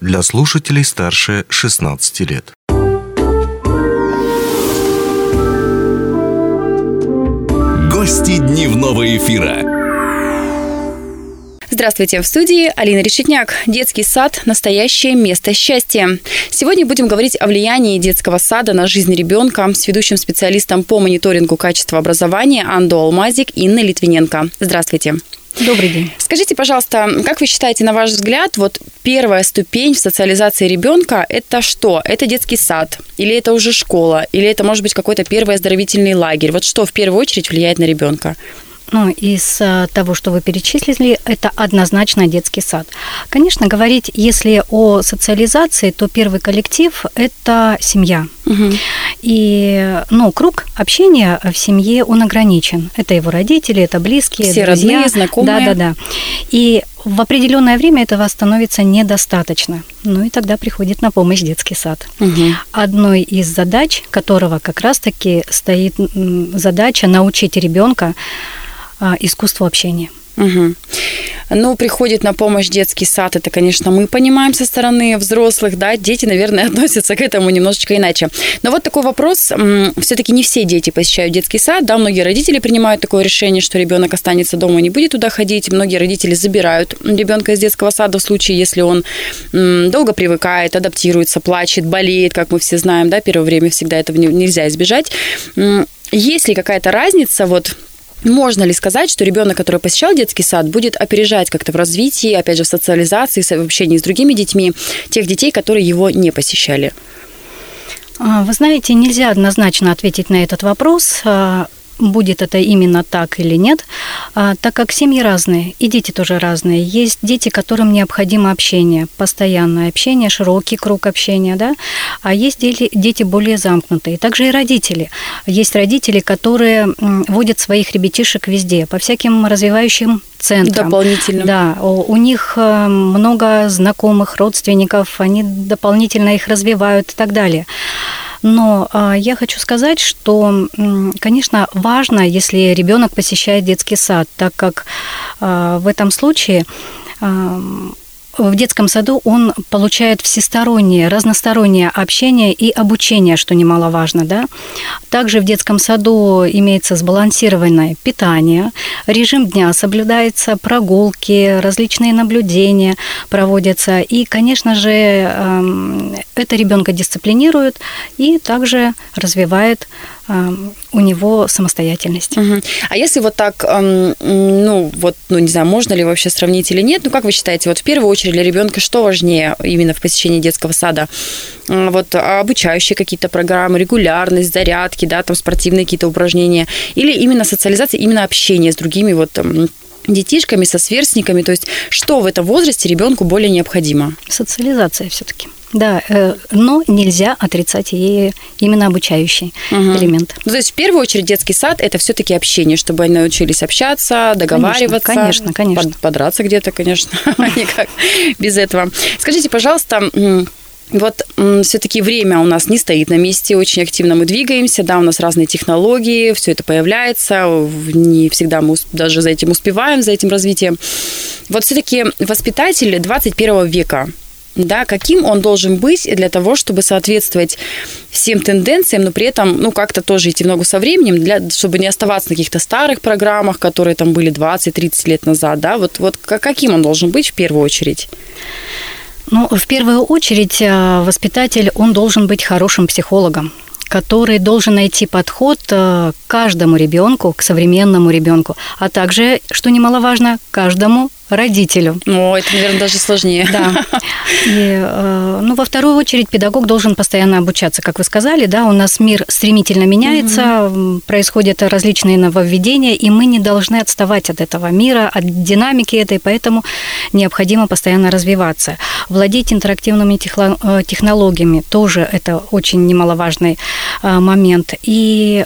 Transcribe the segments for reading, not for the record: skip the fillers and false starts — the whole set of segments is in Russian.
Для слушателей старше 16 лет. Гости дневного эфира. Здравствуйте, в студии Алина Решетняк. Детский сад – настоящее место счастья. Сегодня будем говорить о влиянии детского сада на жизнь ребенка с ведущим специалистом по мониторингу качества образования Андо Алмазик Инной Литвиненко. Здравствуйте. Добрый день. Скажите, пожалуйста, как вы считаете, на ваш взгляд, вот первая ступень в социализации ребенка – это что? Это детский сад? Или это уже школа? Или это, может быть, какой-то первый оздоровительный лагерь? Вот что в первую очередь влияет на ребенка? Из того, что вы перечислили, это однозначно детский сад. Конечно, говорить, если о социализации, то первый коллектив – это семья. Угу. И, круг общения в семье, он ограничен. Это его родители, это близкие, все друзья. Родные, знакомые. Да. И в определенное время этого становится недостаточно. И тогда приходит на помощь детский сад. Угу. Одной из задач которого как раз-таки стоит задача научить ребенка искусству общения. Угу. Приходит на помощь детский сад, это, конечно, мы понимаем со стороны взрослых, да, дети, наверное, относятся к этому немножечко иначе. Но вот такой вопрос, все-таки не все дети посещают детский сад, да, многие родители принимают такое решение, что ребенок останется дома и не будет туда ходить, многие родители забирают ребенка из детского сада в случае, если он долго привыкает, адаптируется, плачет, болеет, как мы все знаем, да, первое время всегда этого нельзя избежать. Есть ли какая-то разница, можно ли сказать, что ребенок, который посещал детский сад, будет опережать как-то в развитии, опять же, в социализации, в общении с другими детьми, тех детей, которые его не посещали? Вы знаете, нельзя однозначно ответить на этот вопрос, будет это именно так или нет, так как семьи разные, и дети тоже разные. Есть дети, которым необходимо общение, постоянное общение, широкий круг общения, да, а есть дети более замкнутые. Также и родители. Есть родители, которые водят своих ребятишек везде, по всяким развивающим центрам. Дополнительно. Да, у них много знакомых, родственников, они дополнительно их развивают и так далее. Но я хочу сказать, что, конечно, важно, если ребенок посещает детский сад, так как в этом случае в детском саду он получает всестороннее, разностороннее общение и обучение, что немаловажно, да. Также в детском саду имеется сбалансированное питание, режим дня соблюдается, прогулки, различные наблюдения проводятся. И, конечно же, это ребенка дисциплинирует и также развивает у него самостоятельность. Угу. А если вот так, не знаю, можно ли вообще сравнить или нет, как вы считаете, в первую очередь для ребенка что важнее именно в посещении детского сада? Обучающие какие-то программы, регулярность, зарядки, да, там спортивные какие-то упражнения, или именно социализация, именно общение с другими детишками, со сверстниками, то есть что в этом возрасте ребенку более необходимо? Социализация все-таки. Да, но нельзя отрицать ей именно обучающий элемент. То есть в первую очередь детский сад – это все-таки общение, чтобы они научились общаться, договариваться. Конечно. Подраться где-то, конечно, никак без этого. Скажите, пожалуйста, все-таки время у нас не стоит на месте, очень активно мы двигаемся, да, у нас разные технологии, все это появляется, не всегда мы даже за этим успеваем, за этим развитием. Все-таки воспитатель 21 века, да, каким он должен быть для того, чтобы соответствовать всем тенденциям, но при этом, как-то тоже идти в ногу со временем, чтобы не оставаться на каких-то старых программах, которые там были 20-30 лет назад, да, каким он должен быть в первую очередь? В первую очередь воспитатель, он должен быть хорошим психологом, который должен найти подход к каждому ребенку, к современному ребенку, а также, что немаловажно, каждому родителю. Это, наверное, даже сложнее. Да. И, во вторую очередь, педагог должен постоянно обучаться. Как вы сказали, да, у нас мир стремительно меняется, происходят различные нововведения, и мы не должны отставать от этого мира, от динамики этой, поэтому необходимо постоянно развиваться. Владеть интерактивными технологиями тоже это очень немаловажный момент. И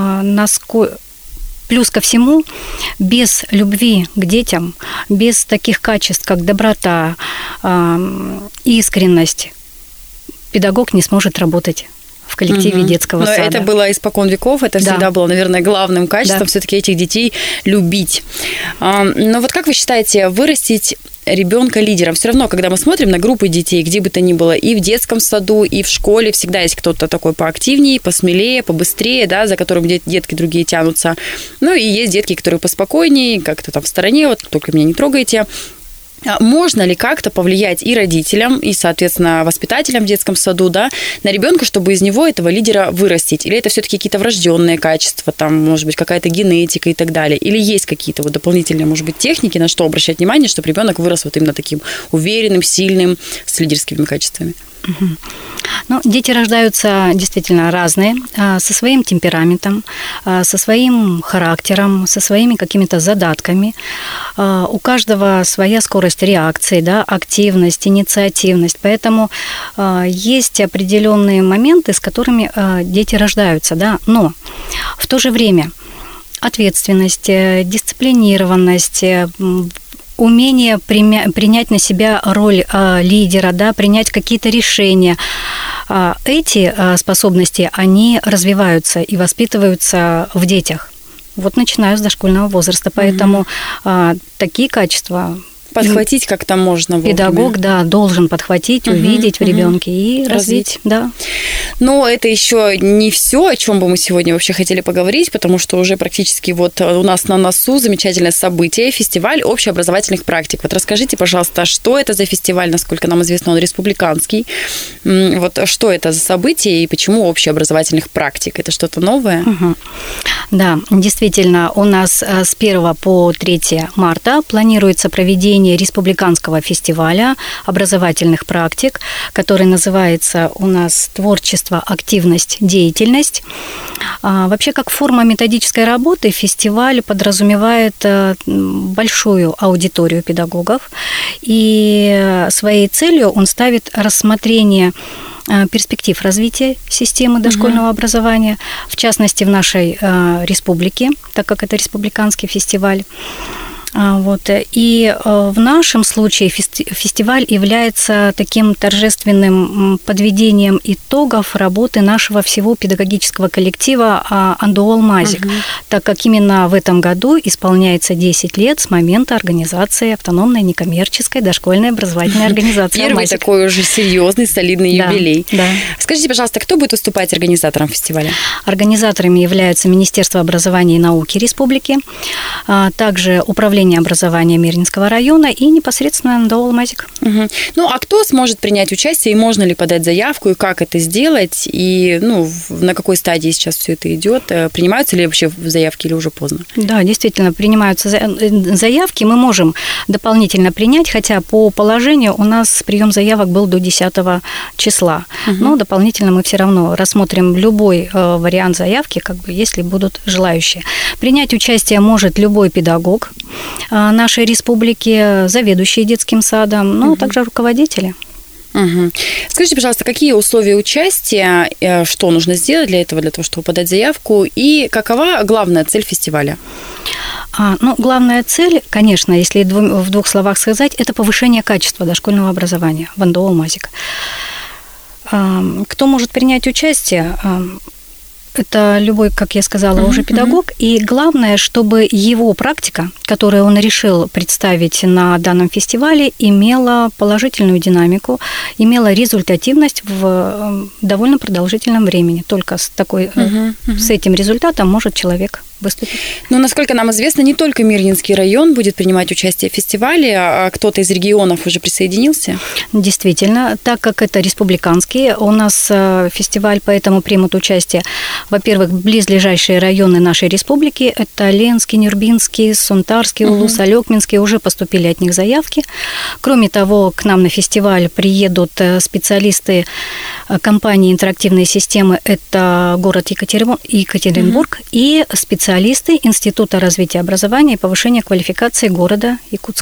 плюс ко всему, без любви к детям, без таких качеств, как доброта, искренность, педагог не сможет работать в коллективе детского сада. Но это было испокон веков, это всегда было, наверное, главным качеством все-таки этих детей любить. Но вот как вы считаете, вырастить ребенка лидером? Все равно, когда мы смотрим на группы детей, где бы то ни было, и в детском саду, и в школе, всегда есть кто-то такой поактивнее, посмелее, побыстрее, да, за которым детки другие тянутся. Ну, и есть детки, которые поспокойнее, как-то там в стороне, вот только меня не трогайте. Можно ли как-то повлиять и родителям, и, соответственно, воспитателям в детском саду, да, на ребенка, чтобы из него этого лидера вырастить? Или это все-таки какие-то врожденные качества, там, может быть, какая-то генетика и так далее? Или есть какие-то вот дополнительные, может быть, техники, на что обращать внимание, чтобы ребенок вырос вот именно таким уверенным, сильным, с лидерскими качествами? Ну, дети рождаются действительно разные, со своим темпераментом, со своим характером, со своими какими-то задатками. У каждого своя скорость реакции, да, активность, инициативность. Поэтому есть определенные моменты, с которыми дети рождаются, да, но в то же время ответственность, дисциплинированность, умение принять на себя роль лидера, да, принять какие-то решения. Эти способности, они развиваются и воспитываются в детях. Вот начиная с дошкольного возраста. Поэтому такие качества... Подхватить как-то можно вовремя. Педагог, да, должен подхватить, увидеть в ребенке и развить, да. Но это еще не все, о чем бы мы сегодня вообще хотели поговорить, потому что уже практически вот у нас на носу замечательное событие, фестиваль общеобразовательных практик. Вот расскажите, пожалуйста, что это за фестиваль, насколько нам известно, он республиканский. Вот что это за событие и почему общеобразовательных практик? Это что-то новое? Да, действительно, у нас с 1 по 3 марта планируется проведение республиканского фестиваля образовательных практик, который называется у нас «Творчество, активность, деятельность». Вообще, как форма методической работы, фестиваль подразумевает большую аудиторию педагогов, и своей целью он ставит рассмотрение перспектив развития системы дошкольного образования, в частности, в нашей республике, так как это республиканский фестиваль. Вот. И в нашем случае фестиваль является таким торжественным подведением итогов работы нашего всего педагогического коллектива «Андуол Мазик», так как именно в этом году исполняется 10 лет с момента организации автономной некоммерческой дошкольной образовательной организации Первый «Мазик». Такой уже серьезный, солидный юбилей. Да. Скажите, пожалуйста, кто будет выступать организатором фестиваля? Организаторами являются Министерство образования и науки Республики, также Управление образования Мирнинского района и непосредственно НДО «Мазик». Ну, а кто сможет принять участие, и можно ли подать заявку, и как это сделать, и на какой стадии сейчас все это идет? Принимаются ли вообще заявки или уже поздно? Да, действительно, принимаются заявки. Мы можем дополнительно принять, хотя по положению у нас прием заявок был до 10 числа. Но дополнительно мы все равно рассмотрим любой вариант заявки, если будут желающие. Принять участие может любой педагог нашей республики, заведующие детским садом, но также руководители. Скажите, пожалуйста, какие условия участия, что нужно сделать для того, чтобы подать заявку, и какова главная цель фестиваля? Главная цель, конечно, если в двух словах сказать, это повышение качества дошкольного образования в НДО «Мазик». Кто может принять участие? Это любой, как я сказала, уже педагог. И главное, чтобы его практика, которую он решил представить на данном фестивале, имела положительную динамику, имела результативность в довольно продолжительном времени. Только с этим результатом может человек выступить. Но, насколько нам известно, не только Мирнинский район будет принимать участие в фестивале, а кто-то из регионов уже присоединился? Действительно, так как это республиканский, у нас фестиваль, поэтому примут участие, во-первых, близлежащие районы нашей республики, это Ленский, Нюрбинский, Сунтарский, Улус, Алёкминский, уже поступили от них заявки. Кроме того, к нам на фестиваль приедут специалисты компании «Интерактивные системы», это город Екатеринбург, и специалисты Института развития образования и повышения квалификации города Якутска.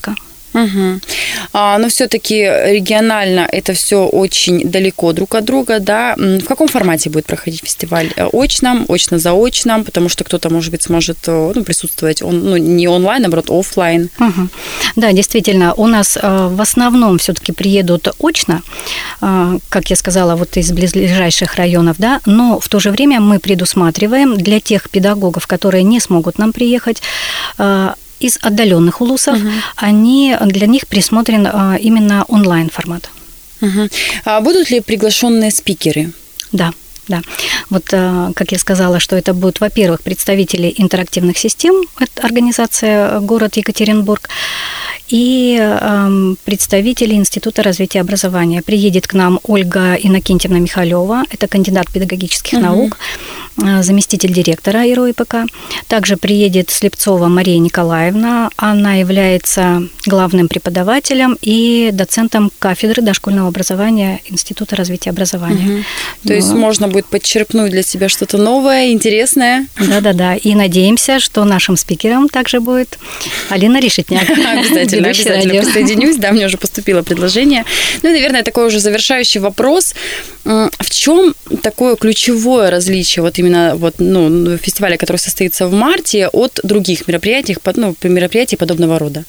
Угу. Но все-таки регионально это все очень далеко друг от друга, да? В каком формате будет проходить фестиваль? Очном, очно-заочном, потому что кто-то, может быть, сможет присутствовать не онлайн, а наоборот, офлайн. Угу. Да, действительно, у нас в основном все-таки приедут очно, как я сказала, вот из близлежащих районов, да, но в то же время мы предусматриваем для тех педагогов, которые не смогут нам приехать, из отдаленных улусов, для них присмотрен именно онлайн-формат. А будут ли приглашенные спикеры? Да. Вот, как я сказала, что это будут, во-первых, представители интерактивных систем, это организация город Екатеринбург, и представители Института развития образования. Приедет к нам Ольга Иннокентьевна Михалева, это кандидат педагогических наук, заместитель директора ИРО-ИПК. Также приедет Слепцова Мария Николаевна, она является главным преподавателем и доцентом кафедры дошкольного образования Института развития образования. То есть можно будет подчерпнуть для себя что-то новое, интересное. Да. И надеемся, что нашим спикером также будет Алина Решетняк. Обязательно присоединюсь. Да, мне уже поступило предложение. И, наверное, такой уже завершающий вопрос. В чем такое ключевое различие именно фестиваля, который состоится в марте, от других мероприятий подобного рода?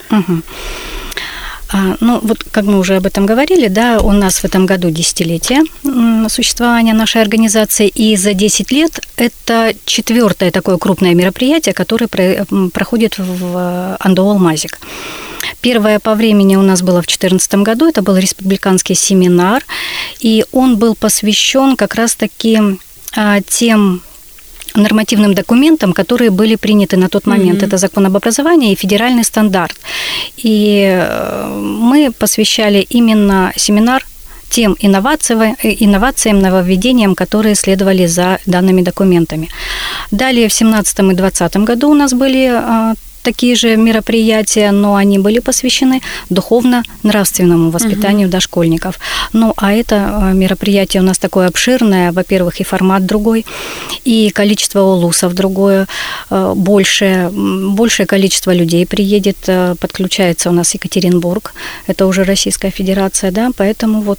Как мы уже об этом говорили, да, у нас в этом году 10-летие существования нашей организации, и за 10 лет это 4-е такое крупное мероприятие, которое проходит в АНДО «Алмазик». Первое по времени у нас было в 2014 году, это был республиканский семинар, и он был посвящен как раз-таки тем нормативным документам, которые были приняты на тот момент. Это закон об образовании и федеральный стандарт. И мы посвящали именно семинар тем инновациям, нововведениям, которые следовали за данными документами. Далее в 2017 и 2020 году у нас были такие же мероприятия, но они были посвящены духовно-нравственному воспитанию дошкольников. А это мероприятие у нас такое обширное, во-первых, и формат другой, и количество улусов другое, большее количество людей приедет, подключается у нас Екатеринбург, это уже Российская Федерация, да, поэтому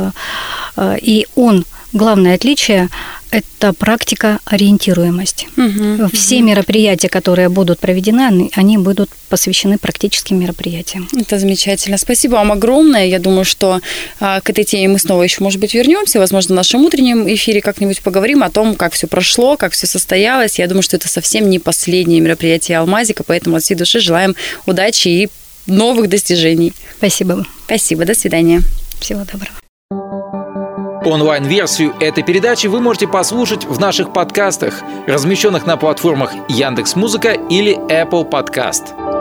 главное отличие – это практика-ориентируемость. Все мероприятия, которые будут проведены, они будут посвящены практическим мероприятиям. Это замечательно. Спасибо вам огромное. Я думаю, что к этой теме мы снова еще, может быть, вернемся. Возможно, в нашем утреннем эфире как-нибудь поговорим о том, как все прошло, как все состоялось. Я думаю, что это совсем не последнее мероприятие «Алмазика», поэтому от всей души желаем удачи и новых достижений. Спасибо. Спасибо. До свидания. Всего доброго. Онлайн-версию этой передачи вы можете послушать в наших подкастах, размещенных на платформах Яндекс.Музыка или Apple Podcast.